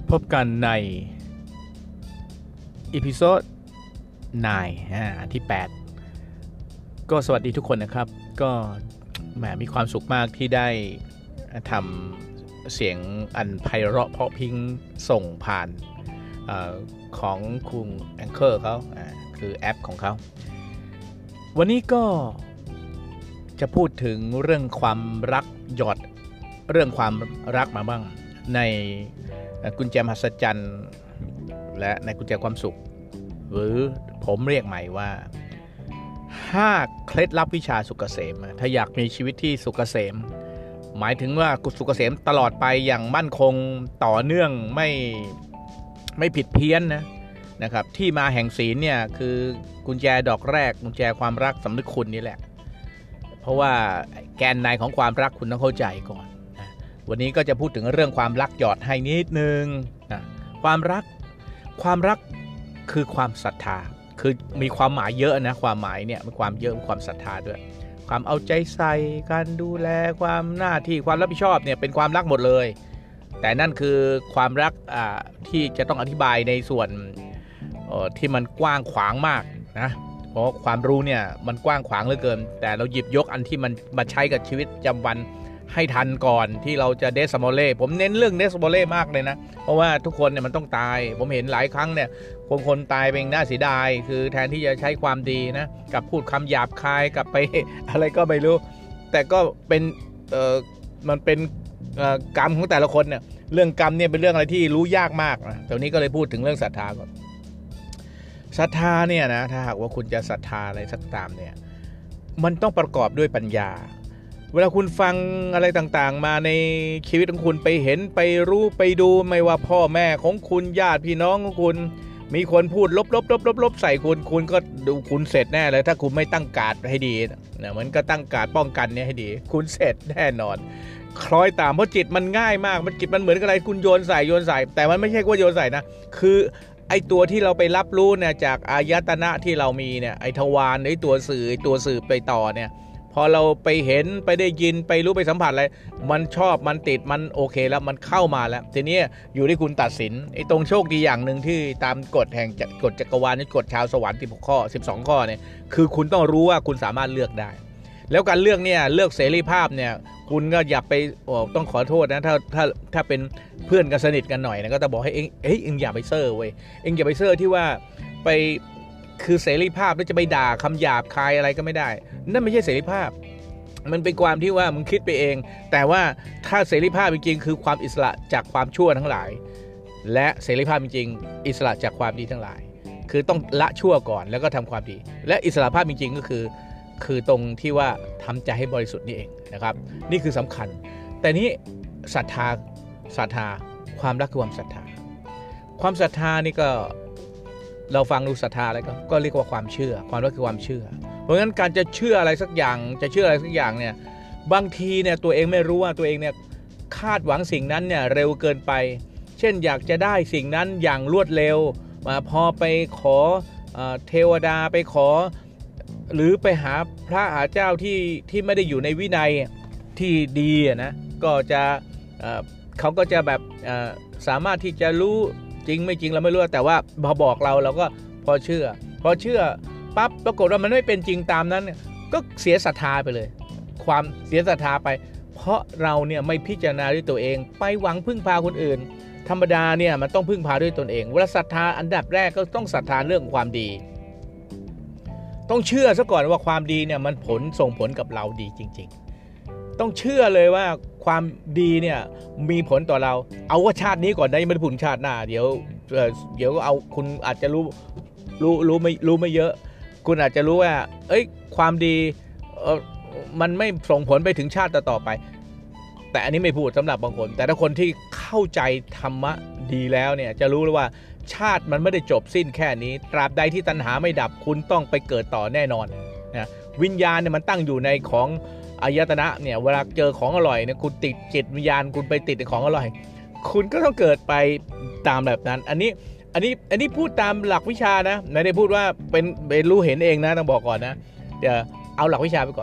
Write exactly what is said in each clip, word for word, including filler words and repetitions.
พบกันในอีพิโซดไนน์อันที่แปดก็สวัสดีทุกคนนะครับก็แหมมีความสุขมากที่ได้ทำเสียงอันไพเราะเพราะพิงส่งผ่านอของคุณแองเกอร์เขาคือแอปของเขาวันนี้ก็จะพูดถึงเรื่องความรักหยอดเรื่องความรักมาบ้างในกุญแจมหัศจรรย์และในกุญแจความสุขหรือผมเรียกใหม่ว่าห้าเคล็ดลับวิชาสุขเกษมถ้าอยากมีชีวิตที่สุขเกษมหมายถึงว่าสุขเกษมตลอดไปอย่างมั่นคงต่อเนื่องไม่ไม่ผิดเพี้ยนนะนะครับที่มาแห่งศีลเนี่ยคือกุญแจดอกแรกกุญแจความรักสำนึกคุณนี่แหละเพราะว่าแกนในของความรักคุณต้องเข้าใจก่อนนะวันนี้ก็จะพูดถึงเรื่องความรักหยอดให้นิดนึงนะความรักความรักคือความศรัทธาคือมีความหมายเยอะนะความหมายเนี่ยมีความเยอะความศรัทธาด้วยความเอาใจใส่การดูแลความหน้าที่ความรับผิดชอบเนี่ยเป็นความรักหมดเลยแต่นั่นคือความรักที่จะต้องอธิบายในส่วนที่มันกว้างขวางมากนะเพราะความรู้เนี่ยมันกว้างขวางเหลือเกินแต่เราหยิบยกอันที่มันมาใช้กับชีวิตประจำวันให้ทันก่อนที่เราจะเดสโมเล่ผมเน้นเรื่องเดสโมเล่มากเลยนะเพราะว่าทุกคนเนี่ยมันต้องตายผมเห็นหลายครั้งเนี่ยคนคนตายเป็นน่าเสียดายคือแทนที่จะใช้ความดีนะกับพูดคำหยาบคายกับไปอะไรก็ไม่รู้แต่ก็เป็นเอ่อมันเป็นกรรมของแต่ละคนเนี่ยเรื่องกรรมเนี่ยเป็นเรื่องอะไรที่รู้ยากมากนะตรงนี้ก็เลยพูดถึงเรื่องศรัทธาก่อนศรัทธาเนี่ยนะถ้าหากว่าคุณจะศรัทธาอะไรสักตามเนี่ยมันต้องประกอบด้วยปัญญาเวลาคุณฟังอะไรต่างๆมาในชีวิตของคุณไปเห็นไปรู้ไปดูไม่ว่าพ่อแม่ของคุณญาติพี่น้องของคุณมีคนพูดลบๆๆๆใส่คุณคุณก็ดูคุณเสร็จแน่เลยถ้าคุณไม่ตั้งการ์ดให้ดีนะเหมือนก็ตั้งการ์ดป้องกันเนี่ยให้ดีคุณเสร็จแน่นอนคล้อยตามเพราะจิตมันง่ายมากมันจิตมันเหมือนกับอะไรคุณโยนใส่โยนใส่แต่มันไม่ใช่ว่าโยนใส่นะคือไอตัวที่เราไปรับรู้เนี่ยจากอายตนะที่เรามีเนี่ยไอทวารไอตัวสื่อไอตัวสื่อไปต่อเนี่ยพอเราไปเห็นไปได้ยินไปรู้ไปสัมผัสอะไรมันชอบมันติดมันโอเคแล้วมันเข้ามาแล้วทีนี้อยู่ที่คุณตัดสินไอ้ตรงโชคดีอย่างหนึ่งที่ตามกฎแห่งกฎจักรวาลนี่กฎชาวสวรรค์สิบหกข้อสิบสองข้อเนี่ยคือคุณต้องรู้ว่าคุณสามารถเลือกได้แล้วการเลือกเนี่ยเลือกเสรีภาพเนี่ยคุณก็อย่าไปต้องขอโทษนะถ้าถ้าถ้าเป็นเพื่อนกันสนิทกันหน่อยนะก็จะบอกให้เองเฮ้ยเองอย่าไปเซ่อเว้ยเองอย่าไปเซ่อที่ว่าไปคือเสรีภาพแล้วจะไปด่าคำหยาบคายอะไรก็ไม่ได้นั่นไม่ใช่เสรีภาพมันเป็นความที่ว่ามึงคิดไปเองแต่ว่าถ้าเสรีภาพจริงๆคือความอิสระจากความชั่วทั้งหลายและเสรีภาพจริงๆอิสระจากความดีทั้งหลายคือต้องละชั่วก่อนแล้วก็ทำความดีและอิสระภาพจริงๆก็คือคือตรงที่ว่าทำใจให้บริสุทธิ์นี่เองนะครับนี่คือสำคัญแต่นี้ศรัทธาศรัทธาความรักคือความศรัทธาความศรัทธานี่ก็เราฟังดูศรัทธาอะไรก็ก็เรียกว่าความเชื่อความรักคือความเชื่อเพราะงั้นการจะเชื่ออะไรสักอย่างจะเชื่ออะไรสักอย่างเนี่ยบางทีเนี่ยตัวเองไม่รู้ว่าตัวเองเนี่ยคาดหวังสิ่งนั้นเนี่ยเร็วเกินไปเช่นอยากจะได้สิ่งนั้นอย่างรวดเร็วมาพอไปขอเทวดาไปขอหรือไปหาพระหาเจ้าที่ที่ไม่ได้อยู่ในวินัยที่ดีนะก็จะเขาก็จะแบบสามารถที่จะรู้จริงไม่จริงเราไม่รู้แต่ว่าพอบอกเราเราก็พอเชื่อพอเชื่อปั๊บปรากฏว่ามันไม่เป็นจริงตามนั้นก็เสียศรัทธาไปเลยความเสียศรัทธาไปเพราะเราเนี่ยไม่พิจารณาด้วยตัวเองไปหวังพึ่งพาคนอื่นธรรมดาเนี่ยมันต้องพึ่งพาด้วยตนเองเวลาศรัทธาอันดับแรกก็ต้องศรัทธาเรื่องความดีต้องเชื่อซะก่อนว่าความดีเนี่ยมันผลส่งผลกับเราดีจริงๆต้องเชื่อเลยว่าความดีเนี่ยมีผลต่อเราเอาว่าชาตินี้ก่อนได้ไม่ได้ผลชาติหน้าเดี๋ยวเดี๋ยวเอาคุณอาจจะรู้รู้รู้ไม่รู้ไม่เยอะคุณอาจจะรู้ว่าเอ้ยความดีเออมันไม่ส่งผลไปถึงชาติต่อไปแต่อันนี้ไม่พูดสำหรับบางคนแต่ถ้าคนที่เข้าใจธรรมะดีแล้วเนี่ยจะรู้เลยว่าชาติมันไม่ได้จบสิ้นแค่นี้ตราบใดที่ตัณหาไม่ดับคุณต้องไปเกิดต่อแน่นอนนะวิญญาณเนี่ยมันตั้งอยู่ในของอายตนะเนี่ยเวลาเจอของอร่อยเนี่ยคุณติดจิตวิญญาณคุณไปติดในของอร่อยคุณก็ต้องเกิดไปตามแบบนั้นอันนี้อันนี้อันนี้พูดตามหลักวิชานะไม่ได้พูดว่าเป็นเป็นรู้เห็นเองนะต้องบอกก่อนนะเดี๋ยวเอาหลักวิชาไปก่อน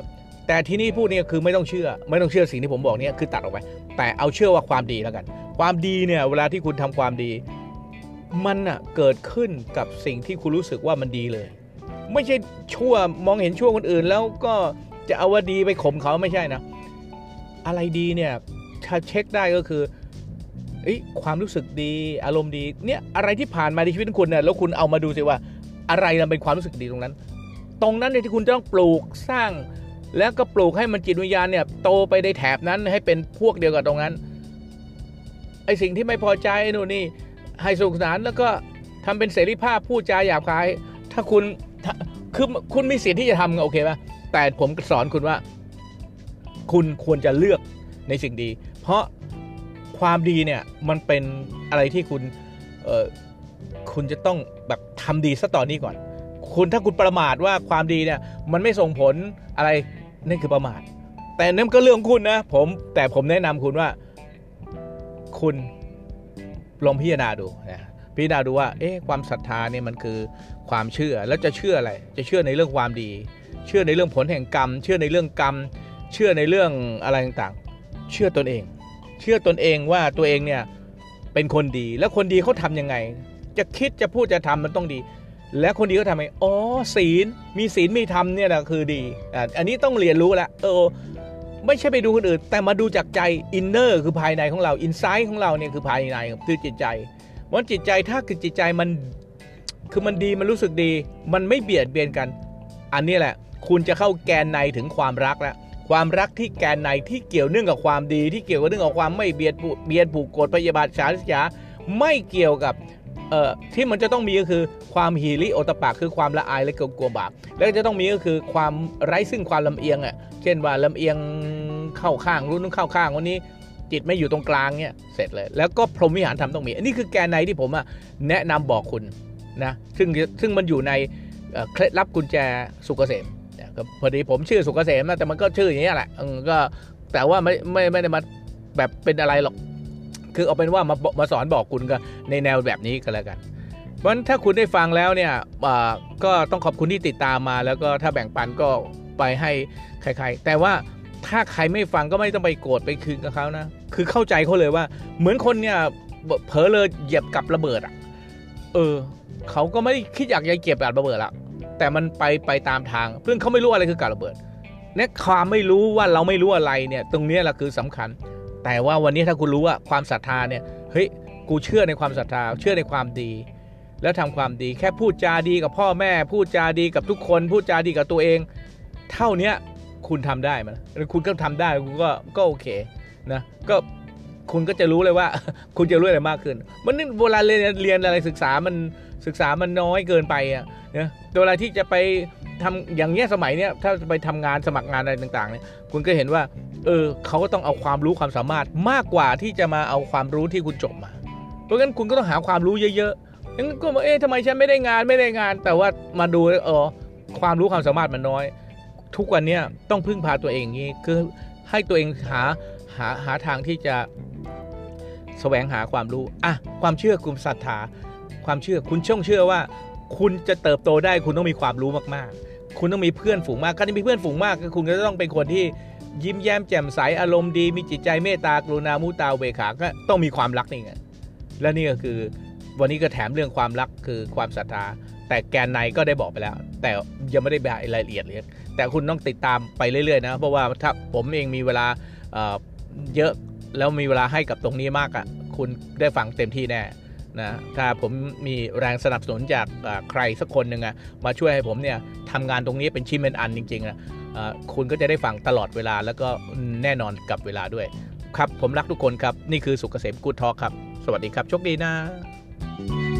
แต่ที่นี่พูดเนี่ยคือไม่ต้องเชื่อไม่ต้องเชื่อสิ่งที่ผมบอกเนี่ยคือตัดออกไปแต่เอาเชื่อว่าความดีแล้วกันความดีเนี่ยเวลาที่คุณทำความดีมันอ่ะเกิดขึ้นกับสิ่งที่คุณรู้สึกว่ามันดีเลยไม่ใช่ชั่วมองเห็นชั่วคนอื่นแล้วก็จะเอาว่าดีไปข่มเขาไม่ใช่นะอะไรดีเนี่ยถ้าเช็คได้ก็คือความรู้สึกดีอารมณ์ดีเนี่ยอะไรที่ผ่านมาในชีวิตของคุณเนี่ยแล้วคุณเอามาดูสิว่าอะไรมันเป็นความรู้สึกดีตรงนั้นตรงนั้นเนี่ยที่คุณต้องปลูกสร้างแล้วก็ปลูกให้มันจิตวิญญาณเนี่ยโตไปในแถบนั้นให้เป็นพวกเดียวกับตรงนั้นไอ้สิ่งที่ไม่พอใจนู่นนี่ให้สุขสนานแล้วก็ทำเป็นเสรีภาพพูดจาหยาบคายถ้าคุณคือคุณมีสิทธิ์ที่จะทำโอเคป่ะแต่ผมสอนคุณว่าคุณควรจะเลือกในสิ่งดีเพราะความดีเนี่ยมันเป็นอะไรที่คุณเอ่อคุณจะต้องแบบทำดีซะตอนนี้ก่อนคุณถ้าคุณประมาทว่าความดีเนี่ยมันไม่ส่งผลอะไรนั่นคือประมาทแต่นั่นก็เรื่องของคุณนะผมแต่ผมแนะนำคุณว่าคุณลองพิจารณาดูนะพิจารณาดูว่าเอ๊ะความศรัทธาเนี่ยมันคือความเชื่อแล้วจะเชื่ออะไรจะเชื่อในเรื่องความดีเชื่อในเรื่องผลแห่งกรรมเชื่อในเรื่องกรรมเชื่อในเรื่องอะไรต่างๆเชื่อตนเองเชื่อตนเองว่าตัวเองเนี่ยเป็นคนดีแล้วคนดีเขาทำยังไงจะคิดจะพูดจะทำมันต้องดีและคนดีเขาทำไงอ๋อศีลมีศีลมีธรรมเนี่ยแหละคือดีอ่าอันนี้ต้องเรียนรู้ละเออไม่ใช่ไปดูคนอื่นแต่มาดูจากใจอินเนอร์คือภายในของเราอินไซต์ของเราเนี่ยคือภายในคือจิตใจวันจิตใจถ้าคือจิตใจมันคือมันดีมันรู้สึกดีมันไม่เบียดเบียนกันอันนี้แหละคุณจะเข้าแกนในถึงความรักแล้วความรักที่แกนในที่เกี่ยวเนื่องกับความดีที่เกี่ยวกับเรื่องของความไม่เบียดเบียนผูกโกรธพยาบาทฉาริษยาไม่เกี่ยวกับเอ่อที่มันจะต้องมีก็คือความฮีริโอตปะคือความละอายและกลัวบาปแล้วจะต้องมีก็คือความไร้ซึ่งความลำเอียงอ่ะเช่นว่าลำเอียงเข้าข้างรู้นึงเข้าข้างวันนี้จิตไม่อยู่ตรงกลางเนี่ยเสร็จเลยแล้วก็พรหมวิหารธรรมต้องมีอันนี้คือแกนในที่ผมอ่ะแนะนำบอกคุณนะซึ่งซึ่งมันอยู่ในเคล็ดลับกุญแจสุขเกษมพอดีผมชื่อสุขเกษมนะแต่มันก็ชื่ออย่างนี้แหละก็แต่ว่าไม่ไม่ไม่ได้มาแบบเป็นอะไรหรอกคือเอาเป็นว่ามามาสอนบอกคุณก็ในแนวแบบนี้ก็แล้วกันเพราะฉะนั้นถ้าคุณได้ฟังแล้วเนี่ยก็ต้องขอบคุณที่ติดตามมาแล้วก็ถ้าแบ่งปันก็ไปให้ใครๆแต่ว่าถ้าใครไม่ฟังก็ไม่ต้องไปโกรธไปคืนกับเขานะคือเข้าใจเขาเลยว่าเหมือนคนเนี่ยเผลอเลยเหยียบกับระเบิดอ่ะเออเขาก็ไม่ได้คิดอยากจะเก็บกับระเบิดละแต่มันไปไปตามทางเพื่อนเขาไม่รู้อะไรคือการระเบิดเนี่ยความไม่รู้ว่าเราไม่รู้อะไรเนี่ยตรงนี้แหละคือสำคัญแต่ว่าวันนี้ถ้าคุณรู้ว่าความศรัทธาเนี่ยเฮ้ยกูเชื่อในความศรัทธาเชื่อในความดีแล้วทำความดีแค่พูดจาดีกับพ่อแม่พูดจาดีกับทุกคนพูดจาดีกับตัวเองเท่านี้คุณทำได้มั้ยคุณก็ทำได้คุณก็ก็โอเคนะก็คุณก็จะรู้เลยว่าคุณจะรู้อะไรมากขึ้นมันนี่เวลาเรียนเรียนอะไรศึกษามันศึกษามันน้อยเกินไปอ่ะนะเวลาที่จะไปทำอย่างเงี้ยสมัยเนี้ยถ้าไปทำงานสมัครงานอะไรต่างๆเนี่ยคุณก็เห็นว่าเออเขาก็ต้องเอาความรู้ความสามารถมากกว่าที่จะมาเอาความรู้ที่คุณจบมาเพราะงั้นคุณก็ต้องหาความรู้เยอะๆงั้นก็เอ๊ะทำไมฉันไม่ได้งานไม่ได้งานแต่ว่ามาดูเออความรู้ความสามารถมันน้อยทุกวันนี้ต้องพึ่งพาตัวเองอย่างนี้คือให้ตัวเองหาหาหาทางที่จะแสวงหาความรู้อ่ะความเชื่อคุณศรัทธาความเชื่อคุณช่องเชื่อว่าคุณจะเติบโตได้คุณต้องมีความรู้มากๆคุณต้องมีเพื่อนฝูงมากการที่มีเพื่อนฝูงมากก็คุณก็ต้องเป็นคนที่ยิ้มแย้มแจ่มใสอารมณ์ดีมีจิตใจเมตตากรุณามุตาเวขาก็ต้องมีความรักนี่ไงและนี่ก็คือวันนี้ก็แถมเรื่องความรักคือความศรัทธาแต่แกนในก็ได้บอกไปแล้วแต่ยังไม่ได้บอกรายละเอียดเลยแต่คุณต้องติดตามไปเรื่อยๆนะเพราะว่าถ้าผมเองมีเวลาเยอะแล้วมีเวลาให้กับตรงนี้มากอ่ะคุณได้ฟังเต็มที่แน่นะถ้าผมมีแรงสนับสนุนจากใครสักคนหนึ่งอะมาช่วยให้ผมเนี่ยทำงานตรงนี้เป็นชิ้นเป็นอันจริงๆนะคุณก็จะได้ฟังตลอดเวลาแล้วก็แน่นอนกับเวลาด้วยครับผมรักทุกคนครับนี่คือสุขเกษมกู๊ดทอล์คครับสวัสดีครับโชคดีนะ